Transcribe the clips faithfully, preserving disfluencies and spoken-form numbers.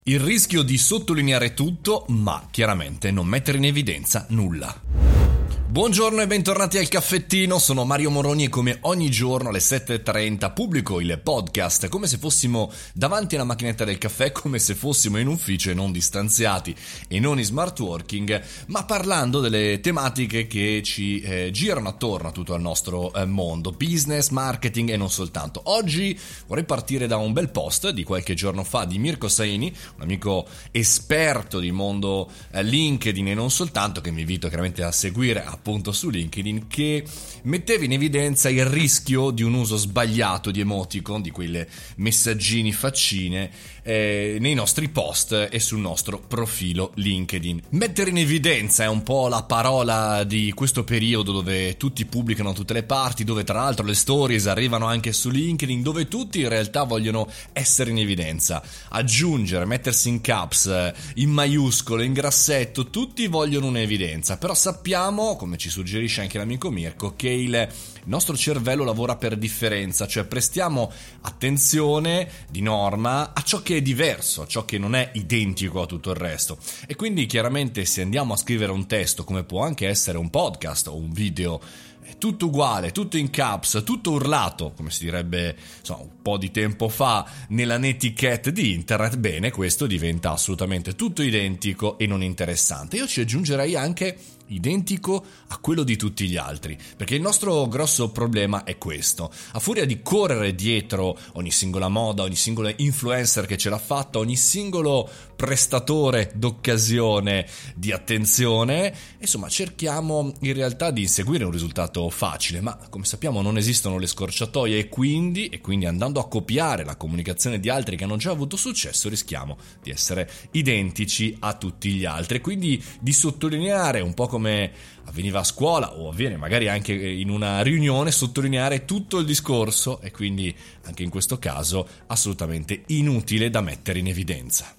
Il rischio di sottolineare tutto, ma chiaramente non mettere in evidenza nulla. Buongiorno e bentornati al caffettino, sono Mario Moroni e come ogni giorno alle sette e trenta pubblico il podcast come se fossimo davanti alla macchinetta del caffè, come se fossimo in ufficio e non distanziati e non in smart working, ma parlando delle tematiche che ci eh, girano attorno a tutto il nostro eh, mondo, business, marketing e non soltanto. Oggi vorrei partire da un bel post di qualche giorno fa di Mirko Saini, un amico esperto di mondo eh, LinkedIn e non soltanto, che mi invito chiaramente a seguire a appunto su LinkedIn, che metteva in evidenza il rischio di un uso sbagliato di emoticon, di quelle messaggini faccine eh, nei nostri post e sul nostro profilo LinkedIn. Mettere in evidenza è un po' la parola di questo periodo, dove tutti pubblicano da tutte le parti, dove tra l'altro le stories arrivano anche su LinkedIn, dove tutti in realtà vogliono essere in evidenza, aggiungere, mettersi in caps, in maiuscolo, in grassetto, tutti vogliono un'evidenza, però sappiamo, come ci suggerisce anche l'amico Mirko, che il nostro cervello lavora per differenza, cioè prestiamo attenzione di norma a ciò che è diverso, a ciò che non è identico a tutto il resto. E quindi chiaramente se andiamo a scrivere un testo, come può anche essere un podcast o un video, è tutto uguale, tutto in caps, tutto urlato, come si direbbe insomma, un po' di tempo fa nella netiquette di internet, bene, questo diventa assolutamente tutto identico e non interessante. Io ci aggiungerei anche identico a quello di tutti gli altri, perché il nostro grosso problema è questo: a furia di correre dietro ogni singola moda, ogni singolo influencer che ce l'ha fatta, ogni singolo prestatore d'occasione di attenzione, insomma cerchiamo in realtà di inseguire un risultato facile, ma come sappiamo non esistono le scorciatoie e quindi, e quindi andando a copiare la comunicazione di altri che hanno già avuto successo rischiamo di essere identici a tutti gli altri, quindi di sottolineare un po' come come avveniva a scuola o avviene magari anche in una riunione, sottolineare tutto il discorso, e quindi anche in questo caso assolutamente inutile da mettere in evidenza.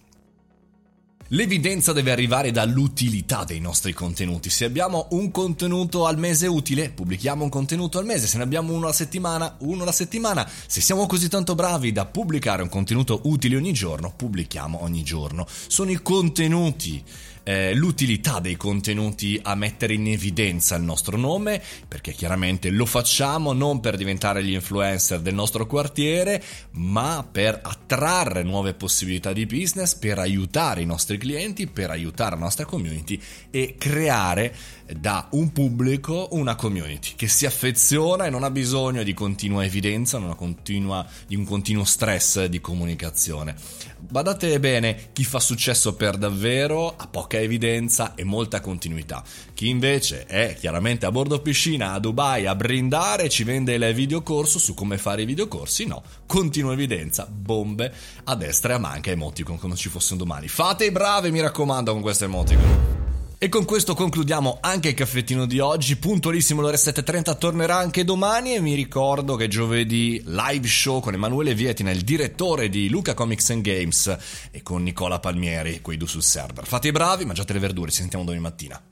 L'evidenza deve arrivare dall'utilità dei nostri contenuti. Se abbiamo un contenuto al mese utile, pubblichiamo un contenuto al mese. Se ne abbiamo uno alla settimana, uno alla settimana. Se siamo così tanto bravi da pubblicare un contenuto utile ogni giorno, pubblichiamo ogni giorno. Sono i contenuti, eh, l'utilità dei contenuti a mettere in evidenza il nostro nome, perché chiaramente lo facciamo non per diventare gli influencer del nostro quartiere, ma per attrarre nuove possibilità di business, per aiutare i nostri clienti, per aiutare la nostra community e creare da un pubblico una community che si affeziona e non ha bisogno di continua evidenza, non ha continua, di un continuo stress di comunicazione. Badate bene, chi fa successo per davvero ha poca evidenza e molta continuità. Chi invece è chiaramente a bordo piscina a Dubai a brindare, ci vende il videocorso su come fare i videocorsi, no, continua evidenza, bombe a destra e a manca, emoticon come ci fosse un domani. Fate i bravi, mi raccomando, con questo emoticon. E con questo concludiamo anche il caffettino di oggi, puntualissimo alle ore sette e trenta, tornerà anche domani, e mi ricordo che giovedì live show con Emanuele Vietina, il direttore di Luca Comics and Games, e con Nicola Palmieri, quei due sul server. Fate i bravi, mangiate le verdure, ci sentiamo domani mattina.